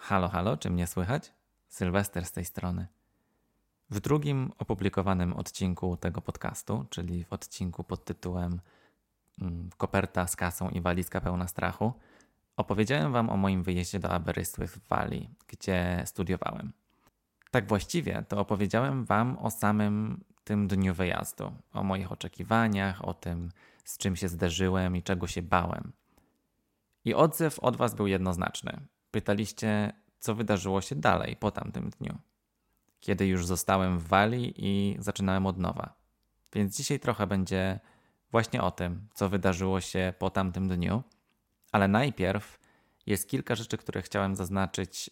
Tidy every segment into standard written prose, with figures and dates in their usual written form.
Halo, halo, czy mnie słychać? Sylwester z tej strony. W drugim opublikowanym odcinku tego podcastu, czyli w odcinku pod tytułem Koperta z kasą i walizka pełna strachu, opowiedziałem Wam o moim wyjeździe do Aberystwyth w Walii, gdzie studiowałem. Tak właściwie to opowiedziałem Wam o samym tym dniu wyjazdu, o moich oczekiwaniach, o tym, z czym się zderzyłem i czego się bałem. I odzew od Was był jednoznaczny. Pytaliście, co wydarzyło się dalej po tamtym dniu, kiedy już zostałem w Walii i zaczynałem od nowa. Więc dzisiaj trochę będzie właśnie o tym, co wydarzyło się po tamtym dniu, ale najpierw jest kilka rzeczy, które chciałem zaznaczyć,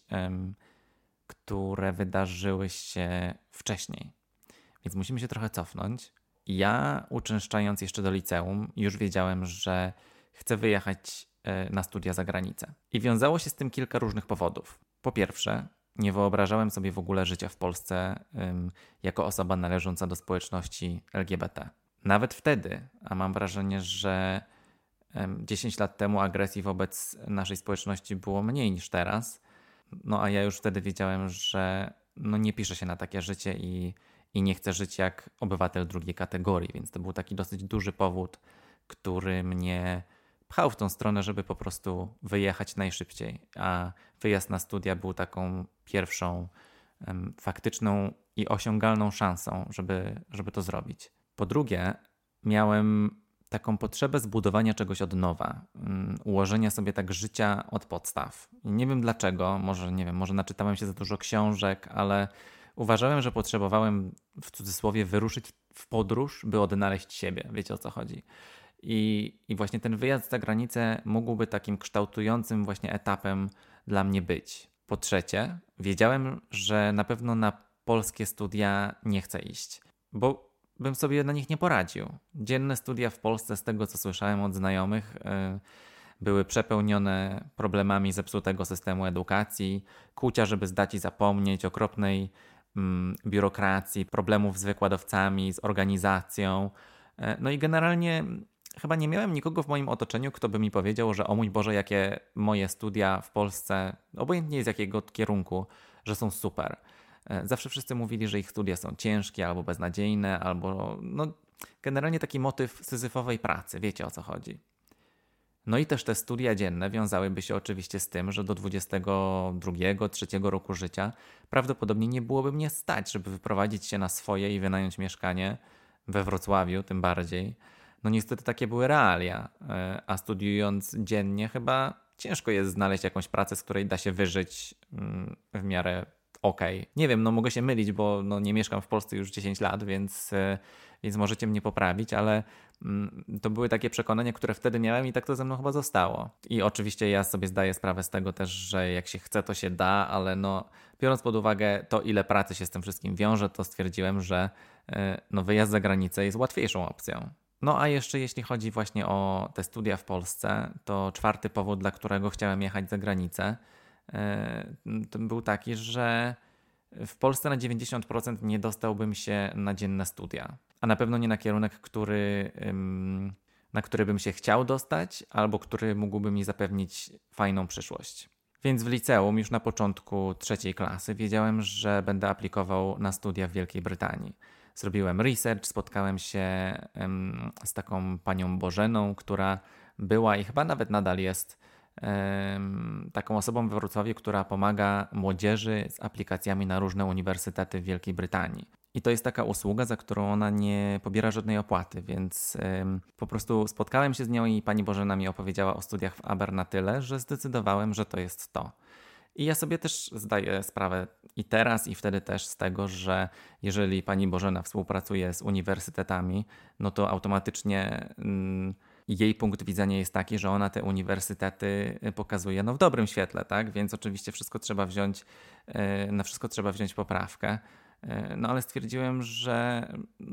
które wydarzyły się wcześniej. Więc musimy się trochę cofnąć. Ja, uczęszczając jeszcze do liceum, już wiedziałem, że chcę wyjechać na studia za granicę. I wiązało się z tym kilka różnych powodów. Po pierwsze, nie wyobrażałem sobie w ogóle życia w Polsce jako osoba należąca do społeczności LGBT. Nawet wtedy, a mam wrażenie, że 10 lat temu agresji wobec naszej społeczności było mniej niż teraz, no a ja już wtedy wiedziałem, że nie piszę się na takie życie i nie chcę żyć jak obywatel drugiej kategorii, więc to był taki dosyć duży powód, który mnie pchał w tą stronę, żeby po prostu wyjechać najszybciej, a wyjazd na studia był taką pierwszą faktyczną i osiągalną szansą, żeby to zrobić. Po drugie, miałem taką potrzebę zbudowania czegoś od nowa, ułożenia sobie tak życia od podstaw. I nie wiem dlaczego, może naczytałem się za dużo książek, ale uważałem, że potrzebowałem w cudzysłowie wyruszyć w podróż, by odnaleźć siebie. Wiecie, o co chodzi. I właśnie ten wyjazd za granicę mógłby takim kształtującym właśnie etapem dla mnie być. Po trzecie, wiedziałem, że na pewno na polskie studia nie chcę iść, bo bym sobie na nich nie poradził. Dzienne studia w Polsce, z tego co słyszałem od znajomych, były przepełnione problemami zepsutego systemu edukacji, kłucia, żeby zdać i zapomnieć, okropnej biurokracji, problemów z wykładowcami, z organizacją. No i generalnie chyba nie miałem nikogo w moim otoczeniu, kto by mi powiedział, że o mój Boże, jakie moje studia w Polsce, obojętnie z jakiego kierunku, że są super. Zawsze wszyscy mówili, że ich studia są ciężkie albo beznadziejne, albo generalnie taki motyw syzyfowej pracy, wiecie o co chodzi. No i też te studia dzienne wiązałyby się oczywiście z tym, że do 22-23 roku życia prawdopodobnie nie byłoby mnie stać, żeby wyprowadzić się na swoje i wynająć mieszkanie we Wrocławiu tym bardziej. No niestety takie były realia, a studiując dziennie chyba ciężko jest znaleźć jakąś pracę, z której da się wyżyć w miarę okej. Nie wiem, mogę się mylić, bo nie mieszkam w Polsce już 10 lat, więc możecie mnie poprawić, ale to były takie przekonania, które wtedy miałem i tak to ze mną chyba zostało. I oczywiście ja sobie zdaję sprawę z tego też, że jak się chce, to się da, ale biorąc pod uwagę to, ile pracy się z tym wszystkim wiąże, to stwierdziłem, że wyjazd za granicę jest łatwiejszą opcją. No a jeszcze jeśli chodzi właśnie o te studia w Polsce, to czwarty powód, dla którego chciałem jechać za granicę, to był taki, że w Polsce na 90% nie dostałbym się na dzienne studia, a na pewno nie na kierunek, na który bym się chciał dostać, albo który mógłby mi zapewnić fajną przyszłość. Więc w liceum już na początku 3. klasy wiedziałem, że będę aplikował na studia w Wielkiej Brytanii. Zrobiłem research, spotkałem się z taką panią Bożeną, która była i chyba nawet nadal jest taką osobą we Wrocławiu, która pomaga młodzieży z aplikacjami na różne uniwersytety w Wielkiej Brytanii. I to jest taka usługa, za którą ona nie pobiera żadnej opłaty, więc po prostu spotkałem się z nią i pani Bożena mi opowiedziała o studiach w Aber na tyle, że zdecydowałem, że to jest to. I ja sobie też zdaję sprawę i teraz, i wtedy też z tego, że jeżeli pani Bożena współpracuje z uniwersytetami, no to automatycznie jej punkt widzenia jest taki, że ona te uniwersytety pokazuje w dobrym świetle, tak? Więc oczywiście na wszystko trzeba wziąć poprawkę. No ale stwierdziłem, że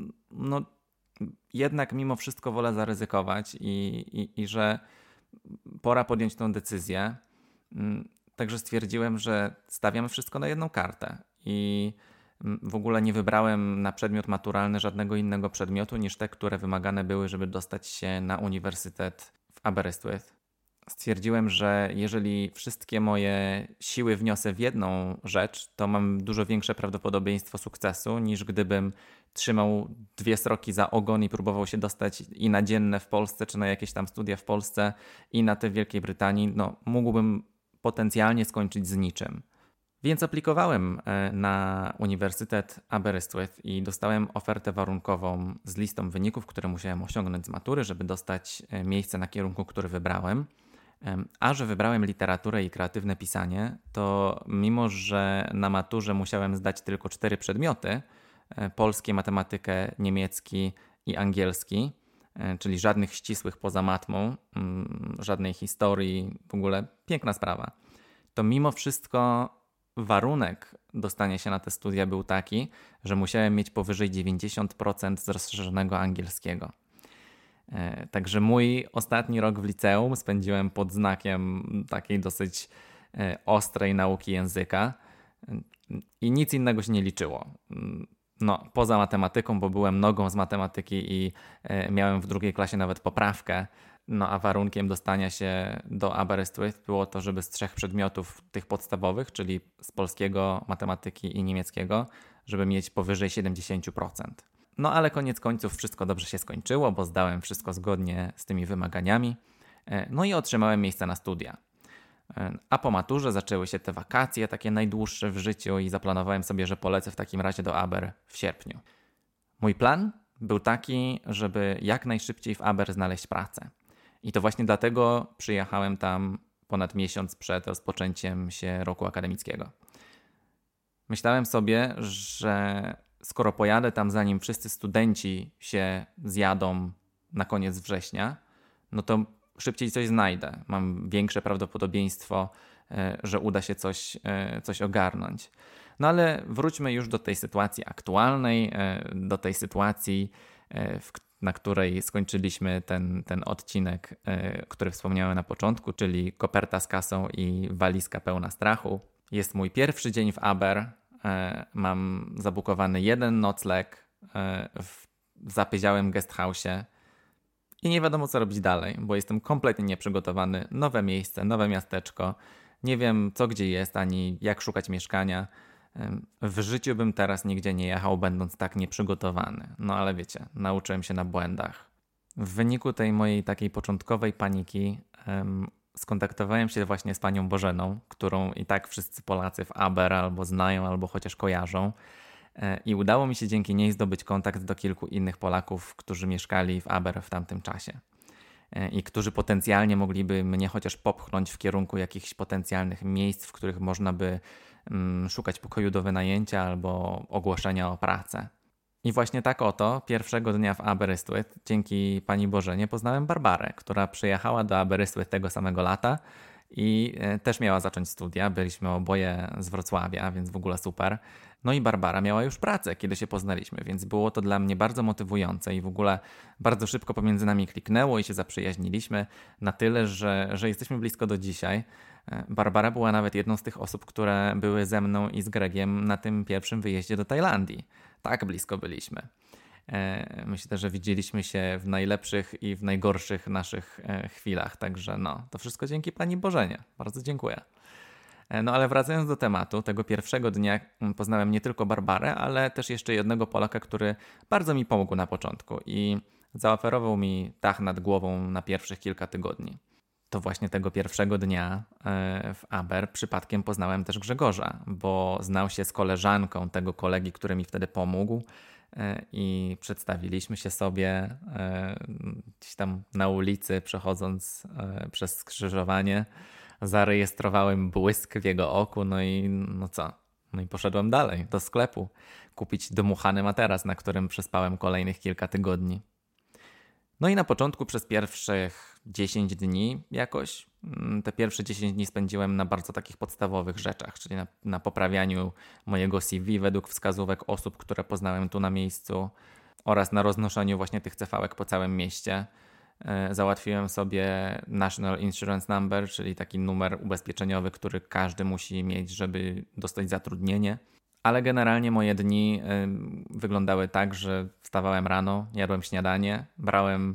jednak mimo wszystko wolę zaryzykować i że pora podjąć tę decyzję. Także stwierdziłem, że stawiam wszystko na jedną kartę i w ogóle nie wybrałem na przedmiot maturalny żadnego innego przedmiotu niż te, które wymagane były, żeby dostać się na uniwersytet w Aberystwyth. stwierdziłem, że jeżeli wszystkie moje siły wniosę w jedną rzecz, to mam dużo większe prawdopodobieństwo sukcesu, niż gdybym trzymał dwie sroki za ogon i próbował się dostać i na dzienne w Polsce, czy na jakieś tam studia w Polsce i na te w Wielkiej Brytanii. No, mógłbym potencjalnie skończyć z niczym. Więc aplikowałem na Uniwersytet Aberystwyth i dostałem ofertę warunkową z listą wyników, które musiałem osiągnąć z matury, żeby dostać miejsce na kierunku, który wybrałem. A że wybrałem literaturę i kreatywne pisanie, to mimo, że na maturze musiałem zdać tylko 4 przedmioty, polskie, matematykę, niemiecki i angielski, czyli żadnych ścisłych poza matmą, żadnej historii, w ogóle piękna sprawa, to mimo wszystko warunek dostania się na te studia był taki, że musiałem mieć powyżej 90% z rozszerzonego angielskiego. Także mój ostatni rok w liceum spędziłem pod znakiem takiej dosyć ostrej nauki języka i nic innego się nie liczyło. No, poza matematyką, bo byłem nogą z matematyki i miałem w drugiej klasie nawet poprawkę. No a warunkiem dostania się do Aberystwyth było to, żeby z 3 przedmiotów tych podstawowych, czyli z polskiego, matematyki i niemieckiego, żeby mieć powyżej 70%. No ale koniec końców wszystko dobrze się skończyło, bo zdałem wszystko zgodnie z tymi wymaganiami. No i otrzymałem miejsce na studia. A po maturze zaczęły się te wakacje, takie najdłuższe w życiu i zaplanowałem sobie, że polecę w takim razie do Aber w sierpniu. Mój plan był taki, żeby jak najszybciej w Aber znaleźć pracę. I to właśnie dlatego przyjechałem tam ponad miesiąc przed rozpoczęciem się roku akademickiego. Myślałem sobie, że skoro pojadę tam zanim wszyscy studenci się zjadą na koniec września, no to szybciej coś znajdę. Mam większe prawdopodobieństwo, że uda się coś ogarnąć. No ale wróćmy już do tej sytuacji aktualnej, do tej sytuacji, na której skończyliśmy ten odcinek, który wspomniałem na początku, czyli koperta z kasą i walizka pełna strachu. Jest mój pierwszy dzień w Aber. Mam zabukowany 1 nocleg w zapyziałym guesthouse'ie i nie wiadomo co robić dalej, bo jestem kompletnie nieprzygotowany. Nowe miejsce, nowe miasteczko. Nie wiem co gdzie jest, ani jak szukać mieszkania. W życiu bym teraz nigdzie nie jechał, będąc tak nieprzygotowany. No ale wiecie, nauczyłem się na błędach. W wyniku tej mojej takiej początkowej paniki skontaktowałem się właśnie z panią Bożeną, którą i tak wszyscy Polacy w Aber albo znają, albo chociaż kojarzą. I udało mi się dzięki niej zdobyć kontakt do kilku innych Polaków, którzy mieszkali w Aber w tamtym czasie. I którzy potencjalnie mogliby mnie chociaż popchnąć w kierunku jakichś potencjalnych miejsc, w których można by szukać pokoju do wynajęcia albo ogłoszenia o pracę. I właśnie tak oto pierwszego dnia w Aberystwyth dzięki pani Bożenie poznałem Barbarę, która przyjechała do Aberystwyth tego samego lata i też miała zacząć studia. Byliśmy oboje z Wrocławia, więc w ogóle super. No i Barbara miała już pracę, kiedy się poznaliśmy, więc było to dla mnie bardzo motywujące i w ogóle bardzo szybko pomiędzy nami kliknęło i się zaprzyjaźniliśmy na tyle, że jesteśmy blisko do dzisiaj. Barbara była nawet jedną z tych osób, które były ze mną i z Gregiem na tym pierwszym wyjeździe do Tajlandii. Tak blisko byliśmy. Myślę, że widzieliśmy się w najlepszych i w najgorszych naszych chwilach, także no, to wszystko dzięki pani Bożenie. Bardzo dziękuję. No ale wracając do tematu, tego pierwszego dnia poznałem nie tylko Barbarę, ale też jeszcze jednego Polaka, który bardzo mi pomógł na początku i zaoferował mi dach nad głową na pierwszych kilka tygodni. To właśnie tego pierwszego dnia w Aber przypadkiem poznałem też Grzegorza, bo znał się z koleżanką tego kolegi, który mi wtedy pomógł i przedstawiliśmy się sobie gdzieś tam na ulicy, przechodząc przez skrzyżowanie. Zarejestrowałem błysk w jego oku, no i no co? No i poszedłem dalej do sklepu kupić dmuchany materac, na którym przespałem kolejnych kilka tygodni. No i na początku przez pierwszych 10 dni jakoś, te pierwsze 10 dni spędziłem na bardzo takich podstawowych rzeczach, czyli na poprawianiu mojego CV według wskazówek osób, które poznałem tu na miejscu oraz na roznoszeniu właśnie tych cefałek po całym mieście. Załatwiłem sobie National Insurance Number, czyli taki numer ubezpieczeniowy, który każdy musi mieć, żeby dostać zatrudnienie. Ale generalnie moje dni wyglądały tak, że wstawałem rano, jadłem śniadanie, brałem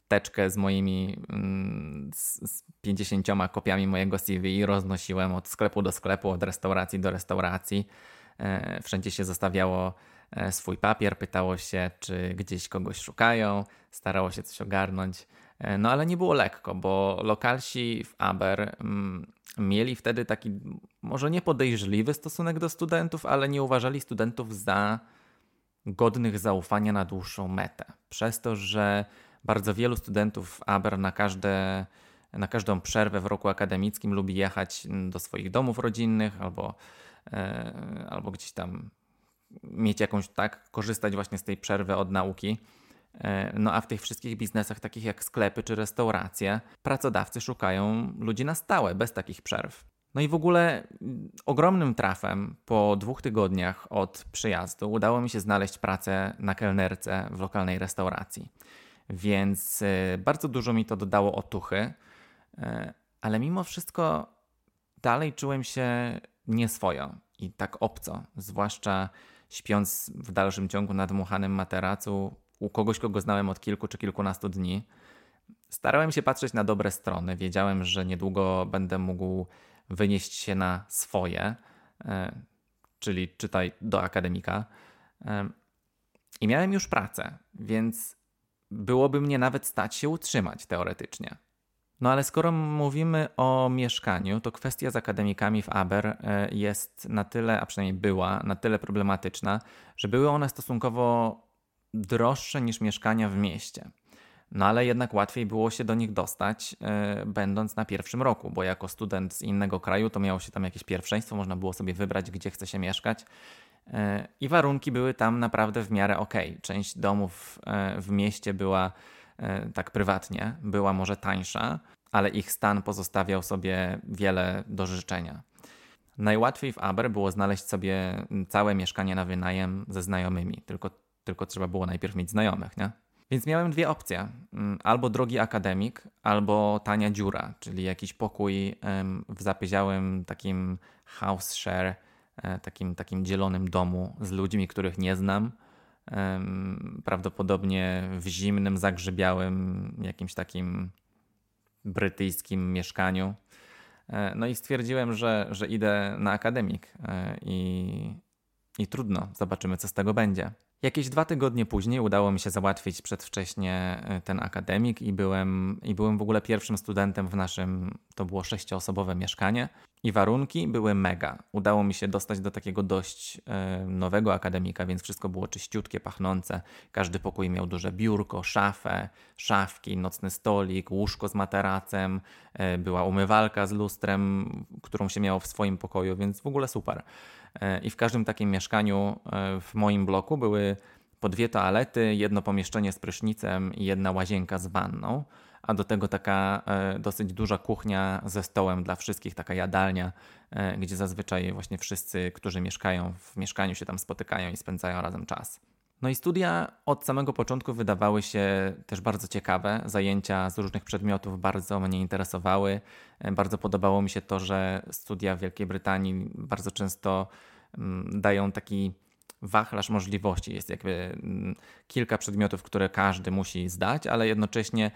teczkę z moimi z 50 kopiami mojego CV i roznosiłem od sklepu do sklepu, od restauracji do restauracji. Wszędzie się zostawiało swój papier, pytało się, czy gdzieś kogoś szukają, starało się coś ogarnąć. No ale nie było lekko, bo lokalsi w Aber mieli wtedy taki może nie podejrzliwy stosunek do studentów, ale nie uważali studentów za godnych zaufania na dłuższą metę. Przez to, że bardzo wielu studentów w Aber na każdą przerwę w roku akademickim lubi jechać do swoich domów rodzinnych albo gdzieś tam mieć jakąś, korzystać właśnie z tej przerwy od nauki. No a w tych wszystkich biznesach, takich jak sklepy czy restauracje, pracodawcy szukają ludzi na stałe, bez takich przerw. No i w ogóle ogromnym trafem po 2 tygodniach od przyjazdu udało mi się znaleźć pracę na kelnerce w lokalnej restauracji. Więc bardzo dużo mi to dodało otuchy, ale mimo wszystko dalej czułem się nieswojo i tak obco, zwłaszcza śpiąc w dalszym ciągu na dmuchanym materacu u kogoś, kogo znałem od kilku czy kilkunastu dni. Starałem się patrzeć na dobre strony. Wiedziałem, że niedługo będę mógł wynieść się na swoje, czyli czytaj do akademika. I miałem już pracę, więc byłoby mnie nawet stać się utrzymać teoretycznie. No ale skoro mówimy o mieszkaniu, to kwestia z akademikami w Aber jest na tyle, a przynajmniej była, na tyle problematyczna, że były one stosunkowo droższe niż mieszkania w mieście. No ale jednak łatwiej było się do nich dostać, będąc na pierwszym roku, bo jako student z innego kraju to miało się tam jakieś pierwszeństwo, można było sobie wybrać, gdzie chce się mieszkać. I warunki były tam naprawdę w miarę okej. Część domów w mieście była tak prywatnie, była może tańsza, ale ich stan pozostawiał sobie wiele do życzenia. Najłatwiej w Aber było znaleźć sobie całe mieszkanie na wynajem ze znajomymi, tylko trzeba było najpierw mieć znajomych, nie? Więc miałem 2 opcje. Albo drogi akademik, albo tania dziura, czyli jakiś pokój w zapyziałym takim house share, takim dzielonym domu z ludźmi, których nie znam. Prawdopodobnie w zimnym, zagrzybiałym, jakimś takim brytyjskim mieszkaniu. No i stwierdziłem, że idę na akademik i trudno, zobaczymy co z tego będzie. Jakieś 2 tygodnie później udało mi się załatwić przedwcześnie ten akademik i byłem w ogóle pierwszym studentem w naszym, to było 6-osobowe mieszkanie i warunki były mega. Udało mi się dostać do takiego dość nowego akademika, więc wszystko było czyściutkie, pachnące. Każdy pokój miał duże biurko, szafę, szafki, nocny stolik, łóżko z materacem, była umywalka z lustrem, którą się miało w swoim pokoju, więc w ogóle super. I w każdym takim mieszkaniu w moim bloku były po 2 toalety, 1 pomieszczenie z prysznicem i 1 łazienka z wanną, a do tego taka dosyć duża kuchnia ze stołem dla wszystkich, taka jadalnia, gdzie zazwyczaj właśnie wszyscy, którzy mieszkają w mieszkaniu się tam spotykają i spędzają razem czas. No i studia od samego początku wydawały się też bardzo ciekawe. Zajęcia z różnych przedmiotów bardzo mnie interesowały. Bardzo podobało mi się to, że studia w Wielkiej Brytanii bardzo często dają taki wachlarz możliwości. Jest jakby kilka przedmiotów, które każdy musi zdać, ale jednocześnie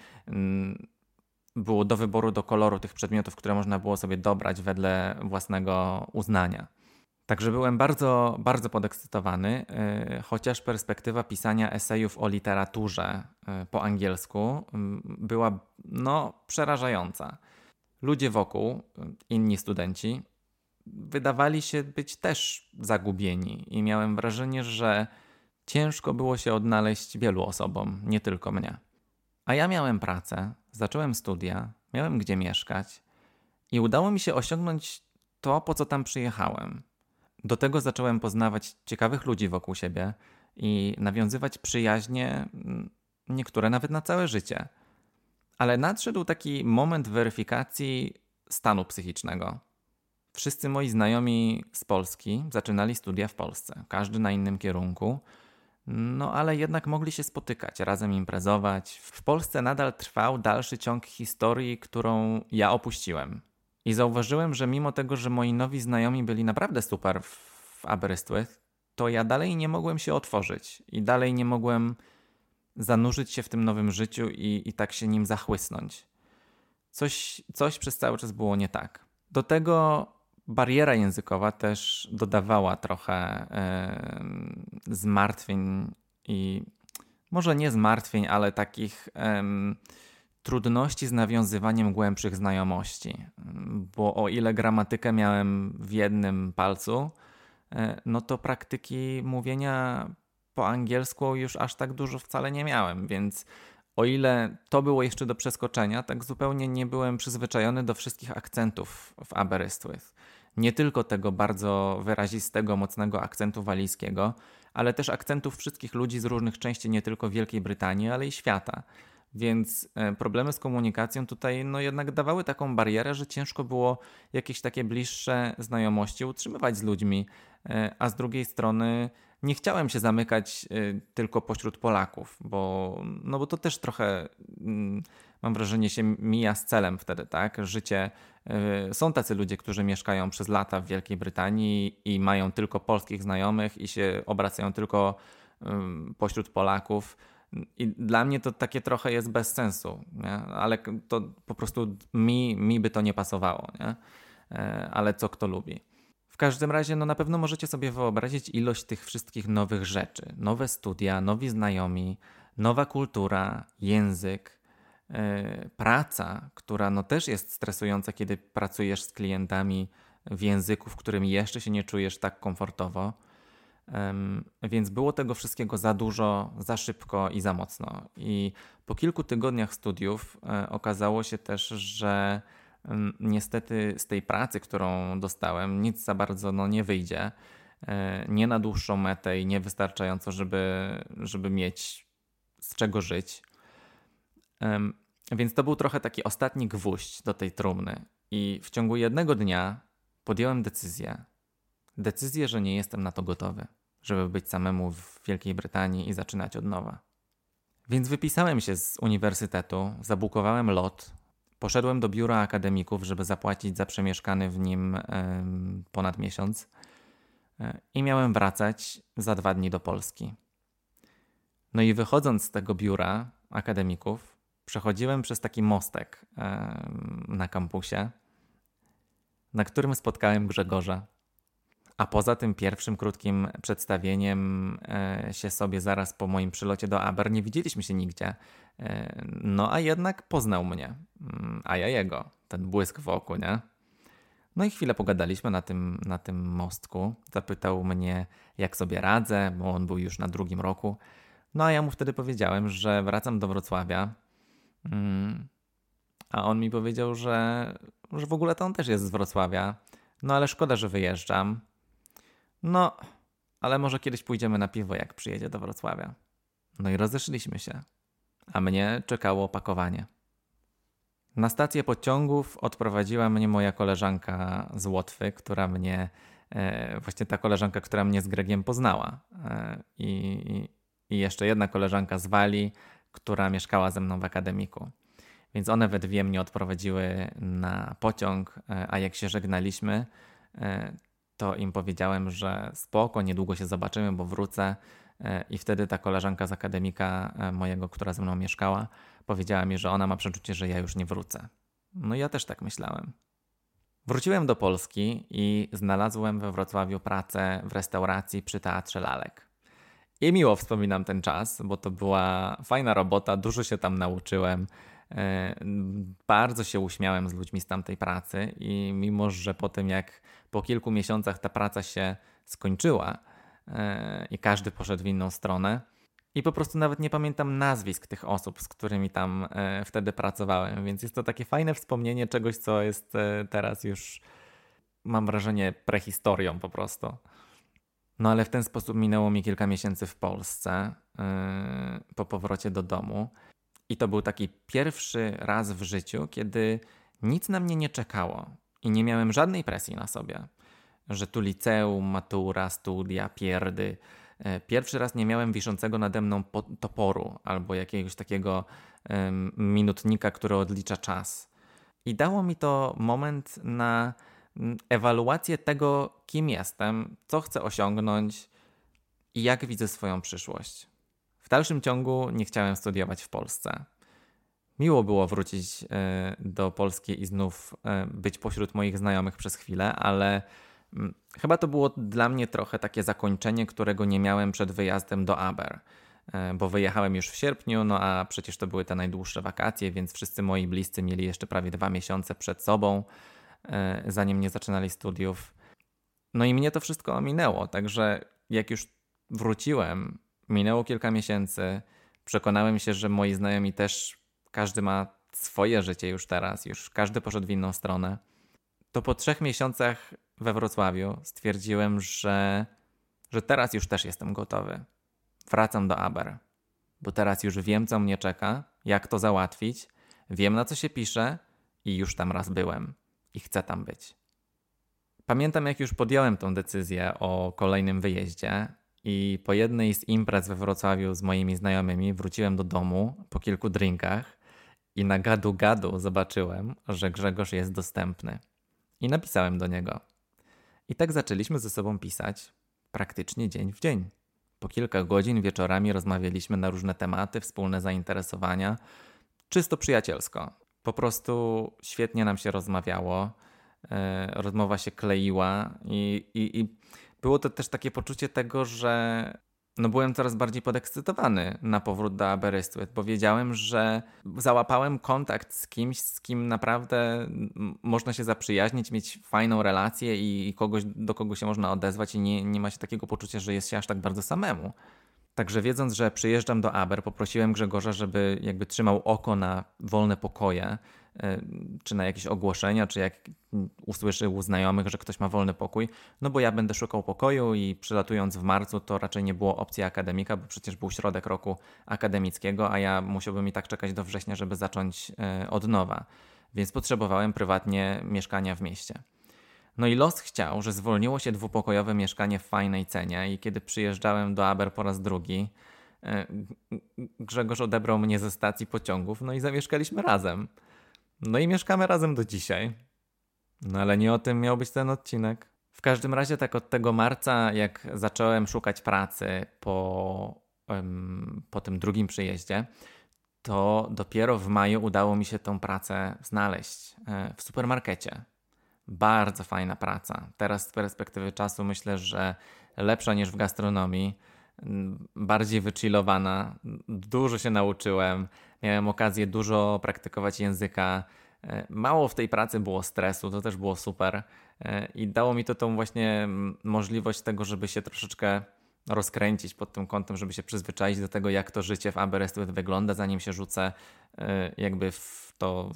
było do wyboru, do koloru tych przedmiotów, które można było sobie dobrać wedle własnego uznania. Także byłem bardzo, bardzo podekscytowany, chociaż perspektywa pisania esejów o literaturze po angielsku była przerażająca. Ludzie wokół, inni studenci, wydawali się być też zagubieni i miałem wrażenie, że ciężko było się odnaleźć wielu osobom, nie tylko mnie. A ja miałem pracę, zacząłem studia, miałem gdzie mieszkać i udało mi się osiągnąć to, po co tam przyjechałem. Do tego zacząłem poznawać ciekawych ludzi wokół siebie i nawiązywać przyjaźnie, niektóre nawet na całe życie. Ale nadszedł taki moment weryfikacji stanu psychicznego. Wszyscy moi znajomi z Polski zaczynali studia w Polsce, każdy na innym kierunku, ale jednak mogli się spotykać, razem imprezować. W Polsce nadal trwał dalszy ciąg historii, którą ja opuściłem. I zauważyłem, że mimo tego, że moi nowi znajomi byli naprawdę super w Aberystwyth, to ja dalej nie mogłem się otworzyć i dalej nie mogłem zanurzyć się w tym nowym życiu i tak się nim zachłysnąć. Coś przez cały czas było nie tak. Do tego bariera językowa też dodawała trochę zmartwień i może nie zmartwień, ale takich trudności z nawiązywaniem głębszych znajomości. Bo o ile gramatykę miałem w jednym palcu, no to praktyki mówienia po angielsku już aż tak dużo wcale nie miałem, więc o ile to było jeszcze do przeskoczenia, tak zupełnie nie byłem przyzwyczajony do wszystkich akcentów w Aberystwyth. Nie tylko tego bardzo wyrazistego, mocnego akcentu walijskiego, ale też akcentów wszystkich ludzi z różnych części nie tylko Wielkiej Brytanii, ale i świata. Więc problemy z komunikacją tutaj no jednak dawały taką barierę, że ciężko było jakieś takie bliższe znajomości utrzymywać z ludźmi, a z drugiej strony nie chciałem się zamykać tylko pośród Polaków, bo to też trochę mam wrażenie się mija z celem wtedy, tak? Życie, są tacy ludzie, którzy mieszkają przez lata w Wielkiej Brytanii i mają tylko polskich znajomych i się obracają tylko pośród Polaków. I dla mnie to takie trochę jest bez sensu, nie? Ale to po prostu mi by to nie pasowało, nie? Ale co kto lubi. W każdym razie no na pewno możecie sobie wyobrazić ilość tych wszystkich nowych rzeczy. Nowe studia, nowi znajomi, nowa kultura, język, praca, która no też jest stresująca, kiedy pracujesz z klientami w języku, w którym jeszcze się nie czujesz tak komfortowo. Więc było tego wszystkiego za dużo, za szybko i za mocno. I po kilku tygodniach studiów okazało się też, że niestety z tej pracy, którą dostałem, nic za bardzo nie wyjdzie. Nie na dłuższą metę i niewystarczająco, żeby mieć z czego żyć. Więc to był trochę taki ostatni gwóźdź do tej trumny. I w ciągu jednego dnia podjąłem decyzję, że nie jestem na to gotowy, żeby być samemu w Wielkiej Brytanii i zaczynać od nowa. Więc wypisałem się z uniwersytetu, zabukowałem lot, poszedłem do biura akademików, żeby zapłacić za przemieszkany w nim ponad miesiąc i miałem wracać za 2 dni do Polski. No i wychodząc z tego biura akademików, przechodziłem przez taki mostek na kampusie, na którym spotkałem Grzegorza. A poza tym pierwszym krótkim przedstawieniem się sobie zaraz po moim przylocie do Aber nie widzieliśmy się nigdzie. No a jednak poznał mnie, a ja jego. Ten błysk w oku, nie? No i chwilę pogadaliśmy na tym mostku. Zapytał mnie, jak sobie radzę, bo on był już na 2. roku. No a ja mu wtedy powiedziałem, że wracam do Wrocławia. A on mi powiedział, że w ogóle to on też jest z Wrocławia. No ale szkoda, że wyjeżdżam. No, ale może kiedyś pójdziemy na piwo, jak przyjedzie do Wrocławia. No i rozeszliśmy się, a mnie czekało opakowanie. Na stację pociągów odprowadziła mnie moja koleżanka z Łotwy, właśnie ta koleżanka, która mnie z Gregiem poznała. I jeszcze jedna koleżanka z Walii, która mieszkała ze mną w akademiku. Więc one we dwie mnie odprowadziły na pociąg, a jak się żegnaliśmy, to im powiedziałem, że spoko, niedługo się zobaczymy, bo wrócę. I wtedy ta koleżanka z akademika mojego, która ze mną mieszkała, powiedziała mi, że ona ma przeczucie, że ja już nie wrócę. No ja też tak myślałem. Wróciłem do Polski i znalazłem we Wrocławiu pracę w restauracji przy Teatrze Lalek. I miło wspominam ten czas, bo to była fajna robota, dużo się tam nauczyłem. Bardzo się uśmiałem z ludźmi z tamtej pracy i mimo, że po kilku miesiącach ta praca się skończyła i każdy poszedł w inną stronę i po prostu nawet nie pamiętam nazwisk tych osób, z którymi tam wtedy pracowałem, więc jest to takie fajne wspomnienie czegoś, co jest teraz już, mam wrażenie, prehistorią po prostu. No ale w ten sposób minęło mi kilka miesięcy w Polsce po powrocie do domu. I to był taki pierwszy raz w życiu, kiedy nic na mnie nie czekało i nie miałem żadnej presji na sobie, że tu liceum, matura, studia, pierdy. Pierwszy raz nie miałem wiszącego nade mną toporu albo jakiegoś takiego minutnika, który odlicza czas. I dało mi to moment na ewaluację tego, kim jestem, co chcę osiągnąć i jak widzę swoją przyszłość. dalszym ciągu nie chciałem studiować w Polsce. Miło było wrócić do Polski i znów być pośród moich znajomych przez chwilę, ale chyba to było dla mnie trochę takie zakończenie, którego nie miałem przed wyjazdem do Aber, bo wyjechałem już w sierpniu, no a przecież to były te najdłuższe wakacje, więc wszyscy moi bliscy mieli jeszcze prawie 2 miesiące przed sobą, zanim nie zaczynali studiów. No i mnie to wszystko ominęło, także jak już wróciłem, minęło kilka miesięcy, przekonałem się, że moi znajomi też, każdy ma swoje życie już teraz, już każdy poszedł w inną stronę. To po 3 miesiącach we Wrocławiu stwierdziłem, że teraz już też jestem gotowy. Wracam do Aber, bo teraz już wiem, co mnie czeka, jak to załatwić, wiem, na co się pisze i już tam raz byłem i chcę tam być. Pamiętam, jak już podjąłem tą decyzję o kolejnym wyjeździe i po jednej z imprez we Wrocławiu z moimi znajomymi wróciłem do domu po kilku drinkach i na gadu zobaczyłem, że Grzegorz jest dostępny. I napisałem do niego. I tak zaczęliśmy ze sobą pisać praktycznie dzień w dzień. Po kilka godzin wieczorami rozmawialiśmy na różne tematy, wspólne zainteresowania, czysto przyjacielsko. Po prostu świetnie nam się rozmawiało, rozmowa się kleiła i było to też takie poczucie tego, że byłem coraz bardziej podekscytowany na powrót do Aberystwyth, bo wiedziałem, że załapałem kontakt z kimś, z kim naprawdę można się zaprzyjaźnić, mieć fajną relację i kogoś, do kogo się można odezwać i nie ma się takiego poczucia, że jest się aż tak bardzo samemu. Także wiedząc, że przyjeżdżam do Aber, poprosiłem Grzegorza, żeby jakby trzymał oko na wolne pokoje, czy na jakieś ogłoszenia, czy jak usłyszy u znajomych, że ktoś ma wolny pokój, no bo ja będę szukał pokoju i przylatując w marcu to raczej nie było opcji akademika, bo przecież był środek roku akademickiego, a ja musiałbym i tak czekać do września, żeby zacząć od nowa, więc potrzebowałem prywatnie mieszkania w mieście. No i los chciał, że zwolniło się dwupokojowe mieszkanie w fajnej cenie i kiedy przyjeżdżałem do Aber po raz drugi, Grzegorz odebrał mnie ze stacji pociągów, no i zamieszkaliśmy razem. No i mieszkamy razem do dzisiaj. No ale nie o tym miał być ten odcinek. W każdym razie tak od tego marca, jak zacząłem szukać pracy po tym drugim przyjeździe, to dopiero w maju udało mi się tą pracę znaleźć w supermarkecie. Bardzo fajna praca. Teraz z perspektywy czasu myślę, że lepsza niż w gastronomii. Bardziej wychillowana. Dużo się nauczyłem. Miałem okazję dużo praktykować języka. Mało w tej pracy było stresu, to też było super. I dało mi to tą właśnie możliwość tego, żeby się troszeczkę rozkręcić pod tym kątem, żeby się przyzwyczaić do tego, jak to życie w Aberystwyth wygląda, zanim się rzucę jakby w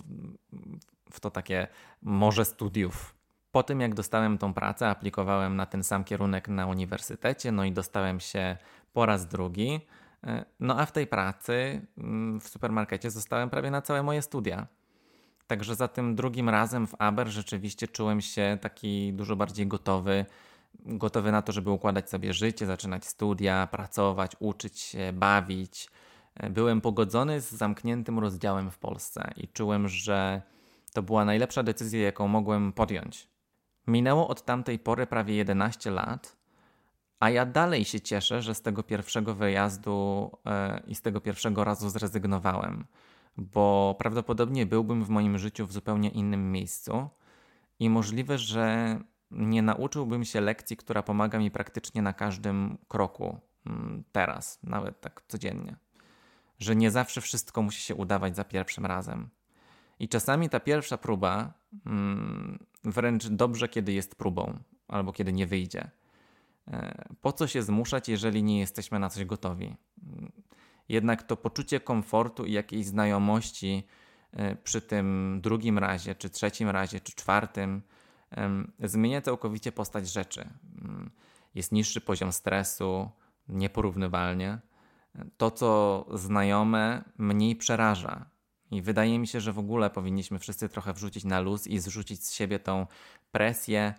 to takie morze studiów. Po tym, jak dostałem tą pracę, aplikowałem na ten sam kierunek na uniwersytecie, no i dostałem się po raz drugi. No a w tej pracy w supermarkecie zostałem prawie na całe moje studia. Także za tym drugim razem w Aber rzeczywiście czułem się taki dużo bardziej gotowy na to, żeby układać sobie życie, zaczynać studia, pracować, uczyć się, bawić. Byłem pogodzony z zamkniętym rozdziałem w Polsce i czułem, że to była najlepsza decyzja, jaką mogłem podjąć. Minęło od tamtej pory prawie 11 lat, a ja dalej się cieszę, że z tego pierwszego wyjazdu i z tego pierwszego razu zrezygnowałem, bo prawdopodobnie byłbym w moim życiu w zupełnie innym miejscu i możliwe, że nie nauczyłbym się lekcji, która pomaga mi praktycznie na każdym kroku teraz, nawet tak codziennie. Że nie zawsze wszystko musi się udawać za pierwszym razem. I czasami ta pierwsza próba wręcz dobrze, kiedy jest próbą albo kiedy nie wyjdzie. Po co się zmuszać, jeżeli nie jesteśmy na coś gotowi? Jednak to poczucie komfortu i jakiejś znajomości przy tym drugim razie, czy trzecim razie, czy czwartym zmienia całkowicie postać rzeczy. Jest niższy poziom stresu, nieporównywalnie. To, co znajome, mniej przeraża. I wydaje mi się, że w ogóle powinniśmy wszyscy trochę wrzucić na luz i zrzucić z siebie tą presję,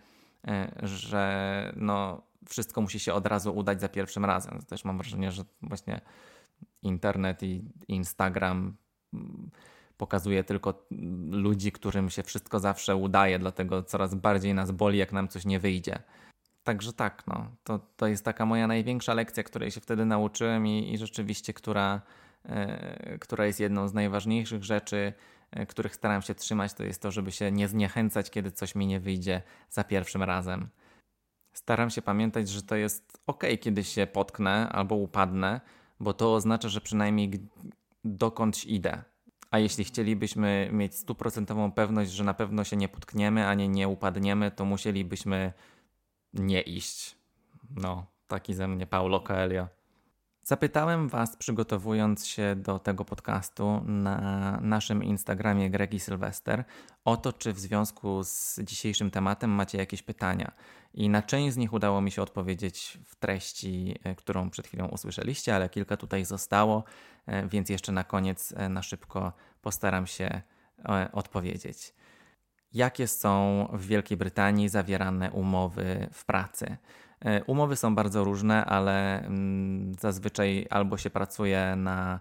że wszystko musi się od razu udać za pierwszym razem. Też mam wrażenie, że właśnie internet i Instagram pokazuje tylko ludzi, którym się wszystko zawsze udaje, dlatego coraz bardziej nas boli, jak nam coś nie wyjdzie. Także tak, no, to jest taka moja największa lekcja, której się wtedy nauczyłem i rzeczywiście, która jest jedną z najważniejszych rzeczy, których staram się trzymać, to jest to, żeby się nie zniechęcać, kiedy coś mi nie wyjdzie za pierwszym razem. Staram się pamiętać, że to jest ok, kiedy się potknę albo upadnę, bo to oznacza, że przynajmniej dokądś idę. A jeśli chcielibyśmy mieć stuprocentową pewność, że na pewno się nie potkniemy, ani nie upadniemy, to musielibyśmy nie iść. No, taki ze mnie Paulo Coelho. Zapytałem Was, przygotowując się do tego podcastu na naszym Instagramie Greg i Sylwester, o to, czy w związku z dzisiejszym tematem macie jakieś pytania. I na część z nich udało mi się odpowiedzieć w treści, którą przed chwilą usłyszeliście, ale kilka tutaj zostało, więc jeszcze na koniec na szybko postaram się odpowiedzieć. Jakie są w Wielkiej Brytanii zawierane umowy w pracy? Umowy są bardzo różne, ale zazwyczaj albo się pracuje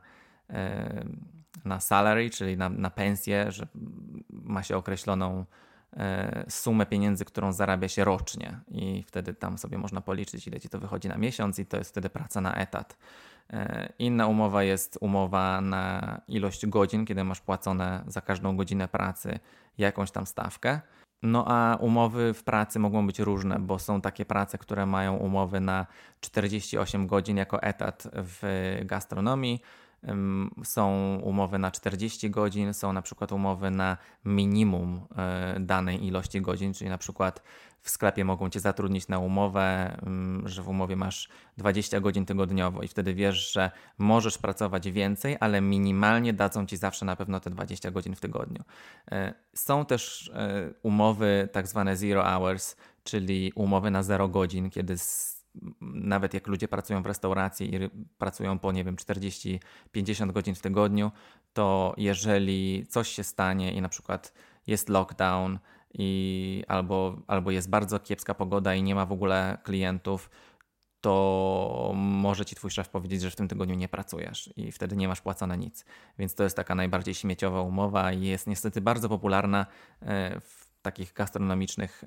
na salary, czyli na pensję, że ma się określoną sumę pieniędzy, którą zarabia się rocznie i wtedy tam sobie można policzyć, ile ci to wychodzi na miesiąc i to jest wtedy praca na etat. Inna umowa jest umowa na ilość godzin, kiedy masz płacone za każdą godzinę pracy jakąś tam stawkę. No a umowy w pracy mogą być różne, bo są takie prace, które mają umowy na 48 godzin jako etat w gastronomii. Są umowy na 40 godzin, są na przykład umowy na minimum danej ilości godzin, czyli na przykład w sklepie mogą cię zatrudnić na umowę, że w umowie masz 20 godzin tygodniowo i wtedy wiesz, że możesz pracować więcej, ale minimalnie dadzą ci zawsze na pewno te 20 godzin w tygodniu. Są też umowy tak zwane zero hours, czyli umowy na 0 godzin, kiedy nawet jak ludzie pracują w restauracji i pracują po, nie wiem, 40-50 godzin w tygodniu, to jeżeli coś się stanie i na przykład jest lockdown albo jest bardzo kiepska pogoda i nie ma w ogóle klientów, to może ci twój szef powiedzieć, że w tym tygodniu nie pracujesz i wtedy nie masz płacone nic. Więc to jest taka najbardziej śmieciowa umowa i jest niestety bardzo popularna w takich gastronomicznych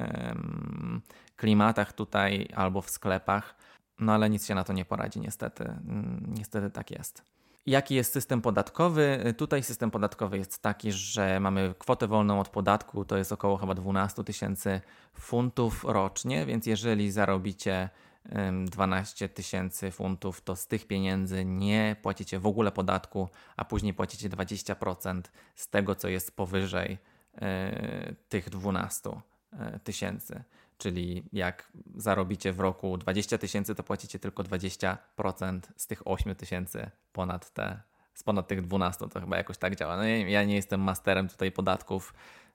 klimatach tutaj albo w sklepach, no ale nic się na to nie poradzi niestety. Niestety tak jest. Jaki jest system podatkowy? Tutaj system podatkowy jest taki, że mamy kwotę wolną od podatku, to jest około chyba 12 000 funtów rocznie, więc jeżeli zarobicie 12 000 funtów, to z tych pieniędzy nie płacicie w ogóle podatku, a później płacicie 20% z tego, co jest powyżej tych 12 000. Czyli jak zarobicie w roku 20 000, to płacicie tylko 20% z tych 8 000 ponad tych 12, to chyba jakoś tak działa. No ja nie jestem masterem tutaj podatków,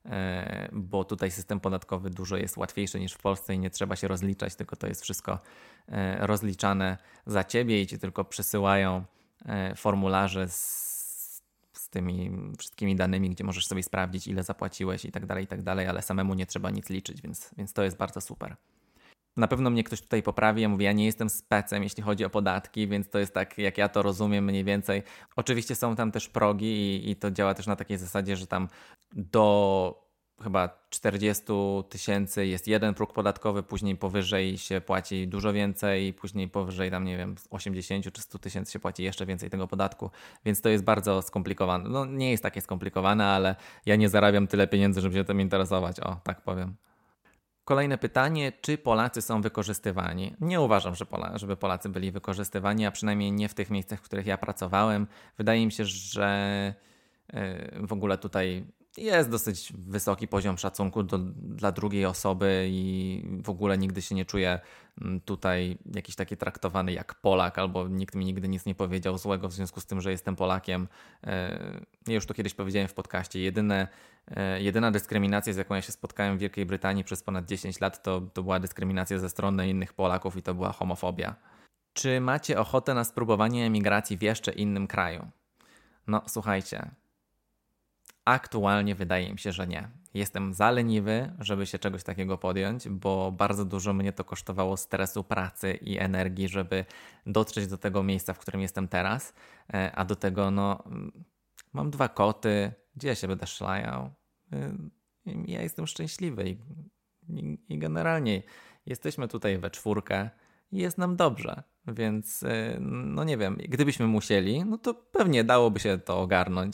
bo tutaj system podatkowy dużo jest łatwiejszy niż w Polsce i nie trzeba się rozliczać, tylko to jest wszystko rozliczane za ciebie i ci tylko przesyłają formularze z tymi wszystkimi danymi, gdzie możesz sobie sprawdzić, ile zapłaciłeś i tak dalej, ale samemu nie trzeba nic liczyć, więc to jest bardzo super. Na pewno mnie ktoś tutaj poprawi, ja mówię, ja nie jestem specem, jeśli chodzi o podatki, więc to jest tak, jak ja to rozumiem mniej więcej. Oczywiście są tam też progi i to działa też na takiej zasadzie, że tam do chyba 40 000 jest jeden próg podatkowy, później powyżej się płaci dużo więcej, później powyżej tam, nie wiem, 80 czy 100 000 się płaci jeszcze więcej tego podatku, więc to jest bardzo skomplikowane. No nie jest takie skomplikowane, ale ja nie zarabiam tyle pieniędzy, żeby się tym interesować, o, tak powiem. Kolejne pytanie, czy Polacy są wykorzystywani? Nie uważam, żeby Polacy byli wykorzystywani, a przynajmniej nie w tych miejscach, w których ja pracowałem. Wydaje mi się, że w ogóle tutaj jest dosyć wysoki poziom szacunku dla drugiej osoby i w ogóle nigdy się nie czuję tutaj jakiś taki traktowany jak Polak, albo nikt mi nigdy nic nie powiedział złego w związku z tym, że jestem Polakiem. Ja już to kiedyś powiedziałem w podcaście. Jedyna dyskryminacja, z jaką ja się spotkałem w Wielkiej Brytanii przez ponad 10 lat, to była dyskryminacja ze strony innych Polaków i to była homofobia. Czy macie ochotę na spróbowanie emigracji w jeszcze innym kraju? No słuchajcie, aktualnie wydaje mi się, że nie. Jestem za leniwy, żeby się czegoś takiego podjąć, bo bardzo dużo mnie to kosztowało stresu, pracy i energii, żeby dotrzeć do tego miejsca, w którym jestem teraz. A do tego, no, mam 2 koty, gdzie ja się będę szlajał? Ja jestem szczęśliwy i generalnie Jesteśmy tutaj we czwórkę i jest nam dobrze, więc no nie wiem, gdybyśmy musieli, no to pewnie dałoby się to ogarnąć,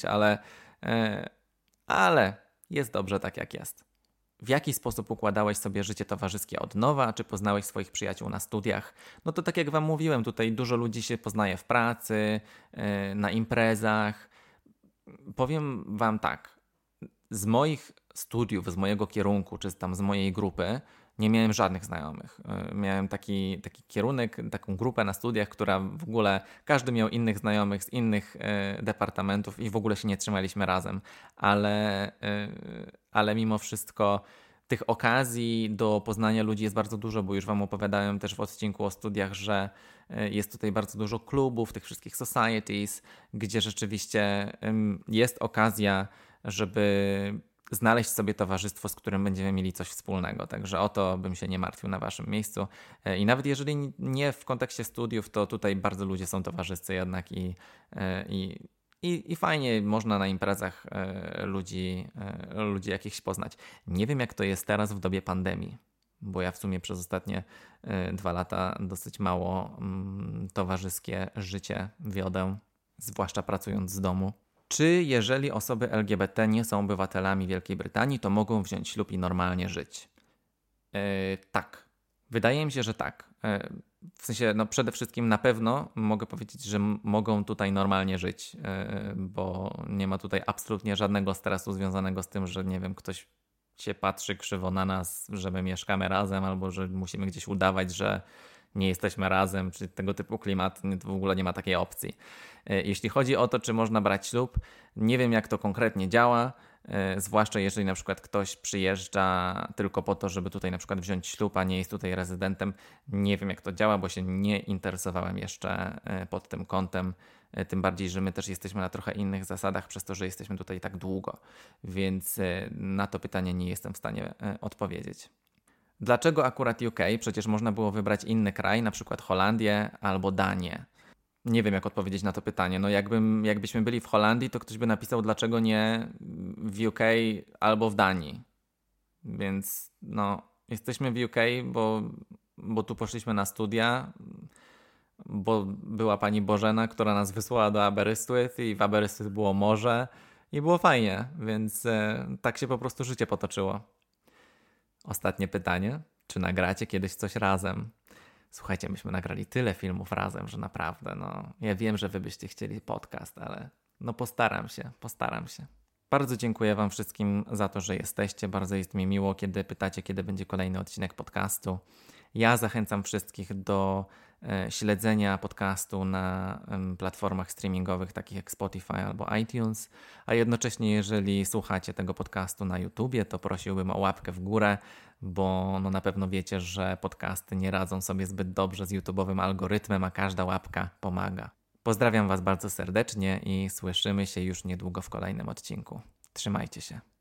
ale jest dobrze tak jak jest. W jaki sposób układałeś sobie życie towarzyskie od nowa? Czy poznałeś swoich przyjaciół na studiach? No to tak jak wam mówiłem, tutaj dużo ludzi się poznaje w pracy, na imprezach. Powiem wam tak, z moich studiów, z mojego kierunku, czy tam z mojej grupy, nie miałem żadnych znajomych. Miałem taki kierunek, taką grupę na studiach, która w ogóle, każdy miał innych znajomych z innych departamentów i w ogóle się nie trzymaliśmy razem. Ale mimo wszystko tych okazji do poznania ludzi jest bardzo dużo, bo już wam opowiadałem też w odcinku o studiach, że jest tutaj bardzo dużo klubów, tych wszystkich societies, gdzie rzeczywiście jest okazja, żeby znaleźć sobie towarzystwo, z którym będziemy mieli coś wspólnego. Także o to bym się nie martwił na waszym miejscu. I nawet jeżeli nie w kontekście studiów, to tutaj bardzo ludzie są towarzyscy jednak i fajnie można na imprezach ludzi jakichś poznać. Nie wiem, jak to jest teraz w dobie pandemii, bo ja w sumie przez ostatnie 2 lata dosyć mało towarzyskie życie wiodę, zwłaszcza pracując z domu. Czy jeżeli osoby LGBT nie są obywatelami Wielkiej Brytanii, to mogą wziąć ślub i normalnie żyć? Tak. Wydaje mi się, że tak. W sensie, no przede wszystkim na pewno mogę powiedzieć, że mogą tutaj normalnie żyć, bo nie ma tutaj absolutnie żadnego stresu związanego z tym, że nie wiem, ktoś się patrzy krzywo na nas, że my mieszkamy razem, albo że musimy gdzieś udawać, że nie jesteśmy razem, czy tego typu klimat, to w ogóle nie ma takiej opcji. Jeśli chodzi o to, czy można brać ślub, nie wiem jak to konkretnie działa, zwłaszcza jeżeli na przykład ktoś przyjeżdża tylko po to, żeby tutaj na przykład wziąć ślub, a nie jest tutaj rezydentem. Nie wiem jak to działa, bo się nie interesowałem jeszcze pod tym kątem, tym bardziej, że my też jesteśmy na trochę innych zasadach przez to, że jesteśmy tutaj tak długo, więc na to pytanie nie jestem w stanie odpowiedzieć. Dlaczego akurat UK? Przecież można było wybrać inny kraj, na przykład Holandię albo Danię. Nie wiem, jak odpowiedzieć na to pytanie. No jakbyśmy byli w Holandii, to ktoś by napisał, dlaczego nie w UK albo w Danii. Więc no, jesteśmy w UK, bo tu poszliśmy na studia, bo była pani Bożena, która nas wysłała do Aberystwyth i w Aberystwyth było morze i było fajnie, więc tak się po prostu życie potoczyło. Ostatnie pytanie. Czy nagracie kiedyś coś razem? Słuchajcie, myśmy nagrali tyle filmów razem, że naprawdę, no, ja wiem, że wy byście chcieli podcast, ale no postaram się. Bardzo dziękuję wam wszystkim za to, że jesteście. Bardzo jest mi miło, kiedy pytacie, kiedy będzie kolejny odcinek podcastu. Ja zachęcam wszystkich do śledzenia podcastu na platformach streamingowych takich jak Spotify albo iTunes, a jednocześnie jeżeli słuchacie tego podcastu na YouTubie, to prosiłbym o łapkę w górę, bo no na pewno wiecie, że podcasty nie radzą sobie zbyt dobrze z YouTube'owym algorytmem, a każda łapka pomaga. Pozdrawiam was bardzo serdecznie i słyszymy się już niedługo w kolejnym odcinku. Trzymajcie się.